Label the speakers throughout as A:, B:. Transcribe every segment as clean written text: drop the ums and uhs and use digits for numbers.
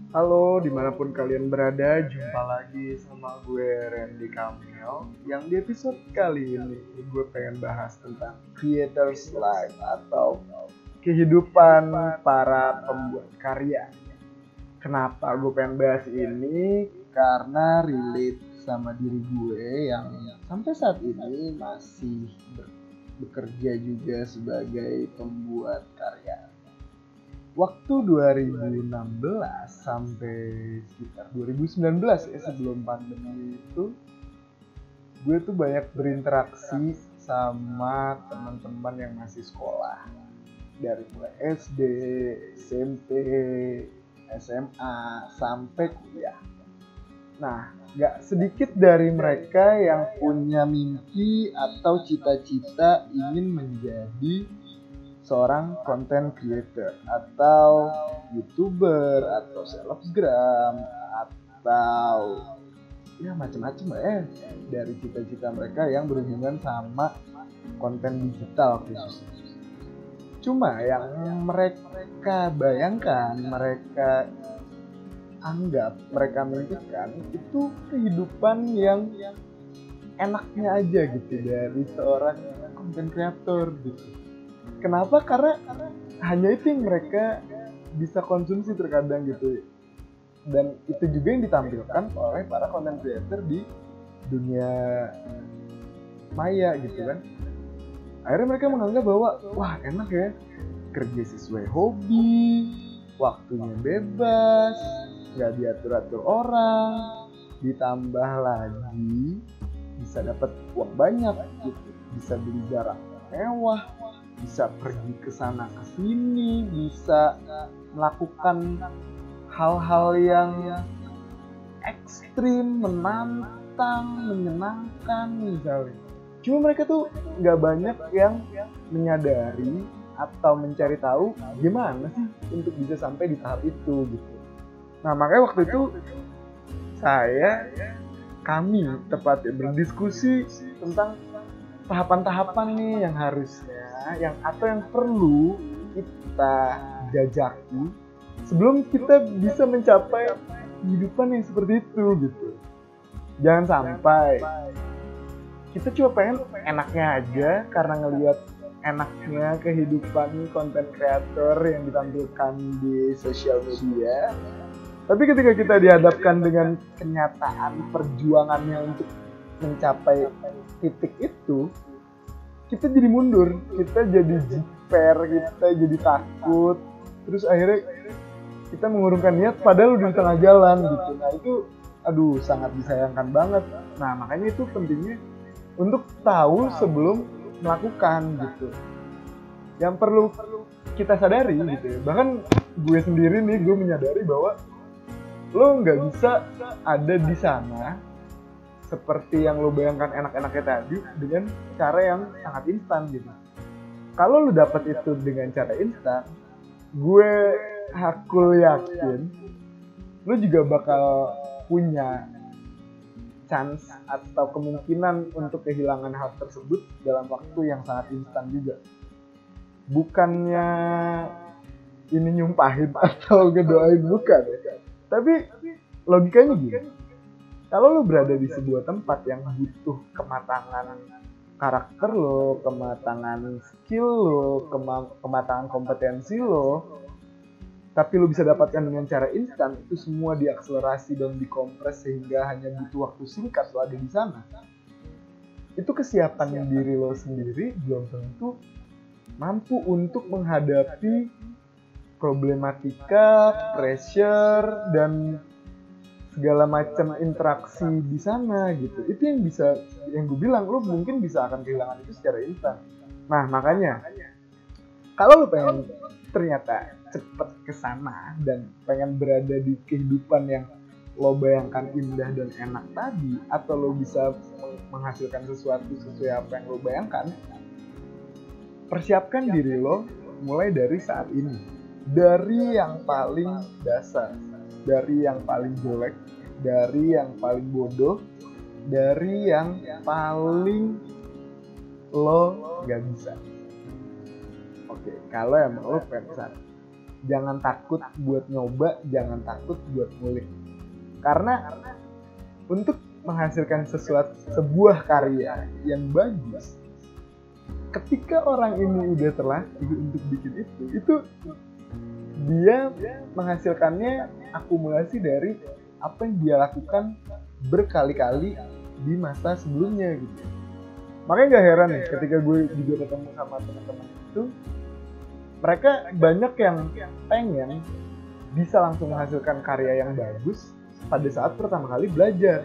A: Halo, dimanapun kalian berada, jumpa lagi sama gue Randy Kamil. Yang di episode kali ini, gue pengen bahas tentang creators life atau kehidupan para pembuat karya. Kenapa gue pengen bahas ini? Karena relate sama diri gue yang sampai saat ini masih bekerja juga sebagai pembuat karya. Waktu 2016 sampai sekitar 2019 ya, sebelum pandemi itu, gue tuh banyak berinteraksi sama teman-teman yang masih sekolah, dari mulai SD, SMP, SMA sampai kuliah. Nah, gak sedikit dari mereka yang punya mimpi atau cita-cita ingin menjadi seorang content creator atau YouTuber atau selebgram atau ya macam-macam dari cita-cita mereka yang berhubungan sama konten digital khususnya. Cuma yang mereka bayangkan, mereka anggap, mereka mimpikan itu kehidupan yang enaknya aja gitu dari seorang content creator gitu. Kenapa? Karena hanya itu yang mereka bisa konsumsi terkadang gitu. Dan itu juga yang ditampilkan oleh para content creator di dunia maya gitu kan. Akhirnya mereka menganggap bahwa wah enak ya, kerja sesuai hobi, waktunya bebas, nggak diatur-atur orang, ditambah lagi bisa dapat uang banyak gitu, bisa beli barang mewah, bisa pergi ke sana ke sini, bisa melakukan hal-hal yang ekstrim, menantang, menyenangkan misalnya. Cuma mereka tuh nggak banyak yang menyadari atau mencari tahu gimana sih untuk bisa sampai di tahap itu gitu. Nah makanya waktu itu kami tepatnya berdiskusi tentang tahapan-tahapan nih yang harusnya atau yang perlu kita jajaki sebelum kita bisa mencapai kehidupan yang seperti itu gitu. Jangan sampai kita cuma pengen enaknya aja karena ngelihat enaknya kehidupan konten kreator yang ditampilkan di sosial media. Tapi ketika kita dihadapkan dengan kenyataan perjuangannya untuk mencapai titik itu, kita jadi mundur, kita jadi jiper, kita jadi takut, terus akhirnya kita mengurungkan niat padahal udah di tengah jalan gitu. Nah itu sangat disayangkan banget. Nah makanya itu pentingnya untuk tahu sebelum melakukan gitu. Yang perlu kita sadari gitu ya, bahkan gue sendiri nih, gue menyadari bahwa lo nggak bisa ada di sana seperti yang lo bayangkan enak-enaknya tadi dengan cara yang sangat instan gitu. Kalau lo dapet itu dengan cara instan, gue hakul yakin lo juga bakal punya chance atau kemungkinan untuk kehilangan hal tersebut dalam waktu yang sangat instan juga. Bukannya ini nyumpahin atau ngedoain, bukan ya. Tapi logikanya gini, kalau lo berada di sebuah tempat yang butuh kematangan karakter lo, kematangan skill lo, kematangan kompetensi lo, tapi lo bisa dapatkan dengan cara instan, itu semua diakselerasi dan dikompres sehingga hanya butuh waktu singkat lo ada di sana. Itu kesiapan diri lo sendiri belum tentu mampu untuk menghadapi problematika, pressure, dan segala macam interaksi di sana gitu. Itu yang gue bilang, lo mungkin bisa akan kehilangan itu secara instan. Nah makanya kalau lo pengen ternyata cepet kesana dan pengen berada di kehidupan yang lo bayangkan indah dan enak tadi, atau lo bisa menghasilkan sesuatu sesuai apa yang lo bayangkan, persiapkan diri lo mulai dari saat ini. Dari yang paling dasar, dari yang paling jelek, dari yang paling bodoh, dari yang paling lo gak bisa. Oke, kalau emang lo pengen sana. jangan takut buat nyoba, jangan takut buat ngulik. Karena untuk menghasilkan sebuah karya yang bagus, ketika orang ini udah terlatih untuk bikin itu dia menghasilkannya akumulasi dari apa yang dia lakukan berkali-kali di masa sebelumnya gitu. Makanya gak heran nih ketika gue juga ketemu sama teman-teman itu, mereka banyak yang pengen bisa langsung menghasilkan karya yang bagus pada saat pertama kali belajar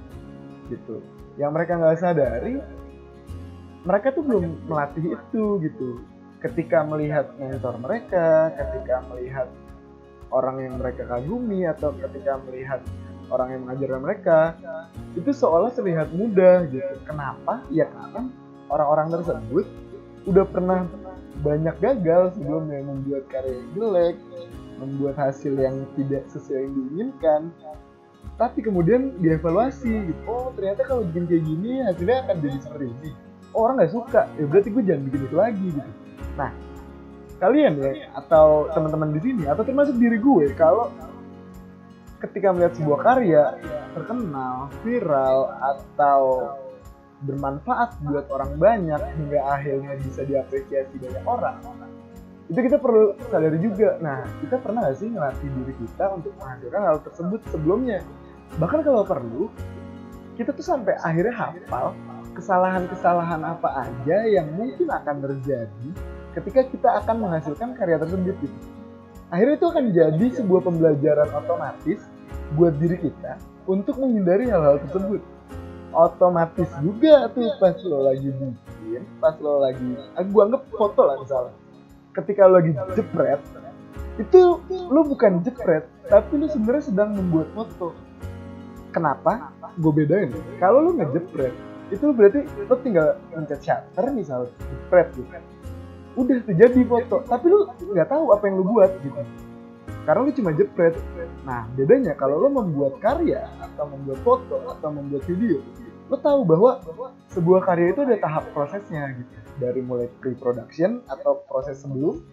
A: gitu. Yang mereka nggak sadari, mereka tuh belum melatih itu gitu. Ketika melihat mentor mereka, ketika melihat orang yang mereka kagumi, atau ketika melihat orang yang mengajarkan mereka, itu seolah terlihat mudah gitu. Kenapa? Ya karena orang-orang tersebut udah pernah banyak gagal sebelumnya, membuat karya yang jelek, membuat hasil yang tidak sesuai yang diinginkan. Tapi kemudian dievaluasi gitu. Oh ternyata kalau bikin kayak gini hasilnya akan jadi seperti ini. Oh, orang nggak suka, ya berarti gue jangan bikin itu lagi gitu. Nah, kalian ya, atau teman-teman di sini, atau termasuk diri gue, kalau ketika melihat sebuah karya terkenal, viral, atau bermanfaat buat orang banyak hingga akhirnya bisa diapresiasi banyak orang, itu kita perlu sadari juga. Nah, kita pernah nggak sih ngelatih diri kita untuk menghasilkan hal tersebut sebelumnya? Bahkan kalau perlu, kita tuh sampai akhirnya hafal kesalahan-kesalahan apa aja yang mungkin akan terjadi ketika kita akan menghasilkan karya tersebut gitu. Akhirnya itu akan jadi sebuah pembelajaran otomatis buat diri kita untuk menghindari hal-hal tersebut. Otomatis juga tuh pas lo lagi bikin, pas lo lagi, gua anggap foto lah misalnya. Ketika lo lagi jepret, itu lo bukan jepret, tapi lo sebenarnya sedang membuat foto. Kenapa? Gue bedain. Kalau lo ngejepret, itu berarti lo tinggal pencet shutter misalnya, jepret gitu. Udah terjadi foto, tapi lo nggak tahu apa yang lo buat gitu. Karena lo cuma jepret. Nah, bedanya kalau lo membuat karya, atau membuat foto, atau membuat video, lo tahu bahwa sebuah karya itu ada tahap prosesnya gitu. Dari mulai pre-production atau proses sebelum,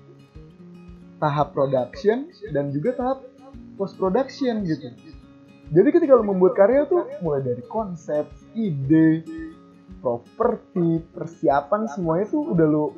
A: tahap production, dan juga tahap post-production gitu. Jadi ketika lo membuat karya tuh mulai dari konsep, ide, properti, persiapan, semuanya tuh udah lo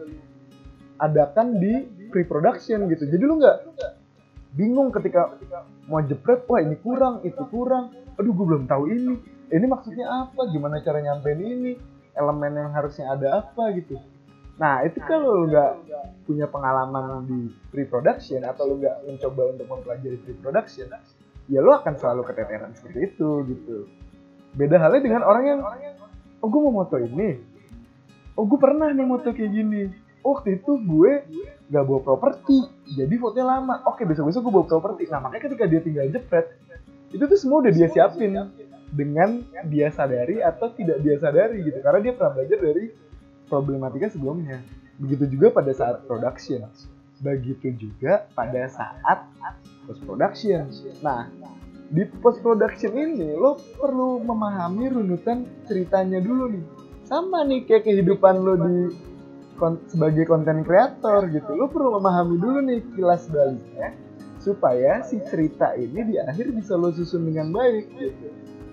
A: adakan di pre-production gitu. Jadi lo nggak bingung ketika mau jepret, wah ini kurang, itu kurang, aduh gue belum tahu ini maksudnya apa, gimana cara nyampein ini, elemen yang harusnya ada apa gitu. Nah itu kalau lo nggak punya pengalaman di pre-production, atau lo nggak mencoba untuk mempelajari pre-production, ya lo akan selalu keteteran seperti itu gitu. Beda halnya dengan orang yang, oh gue mau moto ini, oh gue pernah nih moto kayak gini, oh, waktu itu gue gak bawa properti, jadi fotonya lama, oke besok-besok gue bawa properti. Nah makanya ketika dia tinggal jepret, itu tuh semua udah dia siapin dengan dia sadari atau tidak dia sadari gitu, karena dia pernah belajar dari problematika sebelumnya. Begitu juga pada saat production, begitu juga pada saat post production. Nah di post production ini lo perlu memahami runutan ceritanya dulu nih, sama nih kayak kehidupan lo di sebagai konten kreator gitu. Lo perlu memahami dulu nih kilas baliknya supaya si cerita ini di akhir bisa lo susun dengan baik gitu.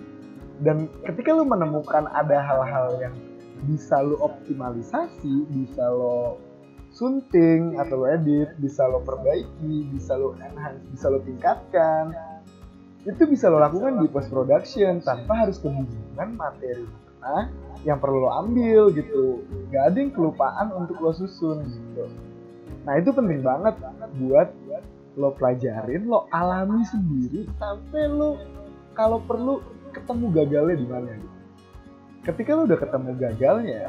A: Dan ketika lo menemukan ada hal-hal yang bisa lo optimalisasi, bisa lo sunting atau lo edit, bisa lo perbaiki, bisa lo enhance, bisa lo tingkatkan, itu bisa lo lakukan di post production tanpa harus kebingungan materi mana yang perlu lo ambil gitu. Gak ada yang kelupaan untuk lo susun gitu. Nah itu penting banget buat lo pelajarin, lo alami sendiri sampai lo kalau perlu ketemu gagalnya di mana gitu. Ketika lo udah ketemu gagalnya,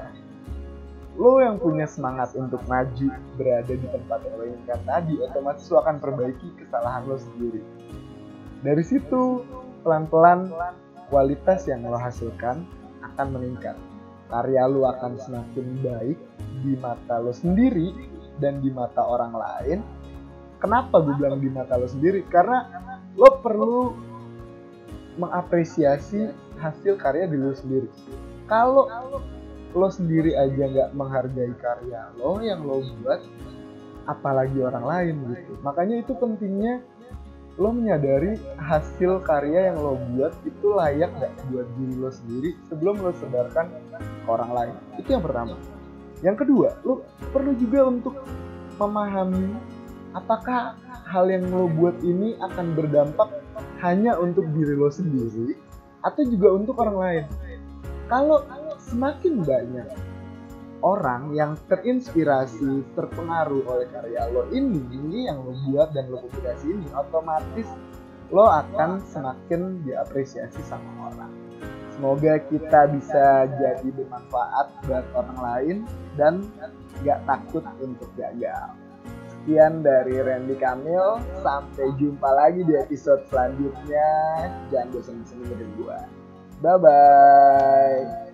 A: lo yang punya semangat untuk maju berada di tempat yang lo inginkan tadi, otomatis lo akan perbaiki kesalahan lo sendiri. Dari situ pelan-pelan kualitas yang lo hasilkan akan meningkat. Karya lo akan semakin baik di mata lo sendiri dan di mata orang lain. Kenapa gue bilang di mata lo sendiri? Karena lo perlu mengapresiasi hasil karya di lo sendiri. Kalau lo sendiri aja nggak menghargai karya lo yang lo buat, apalagi orang lain gitu. Makanya itu pentingnya lo menyadari hasil karya yang lo buat itu layak gak buat diri lo sendiri sebelum lo sebarkan ke orang lain. Itu yang pertama. Yang kedua, lo perlu juga untuk memahami apakah hal yang lo buat ini akan berdampak hanya untuk diri lo sendiri atau juga untuk orang lain. Kalau semakin banyak orang yang terinspirasi, terpengaruh oleh karya lo ini yang lo buat dan lo publikasi ini, otomatis lo akan semakin diapresiasi sama orang. Semoga kita bisa jadi bermanfaat buat orang lain dan gak takut untuk gagal. Sekian dari Randy Kamil, sampai jumpa lagi di episode selanjutnya. Jangan bosan-bosan dengerin gue. Bye-bye.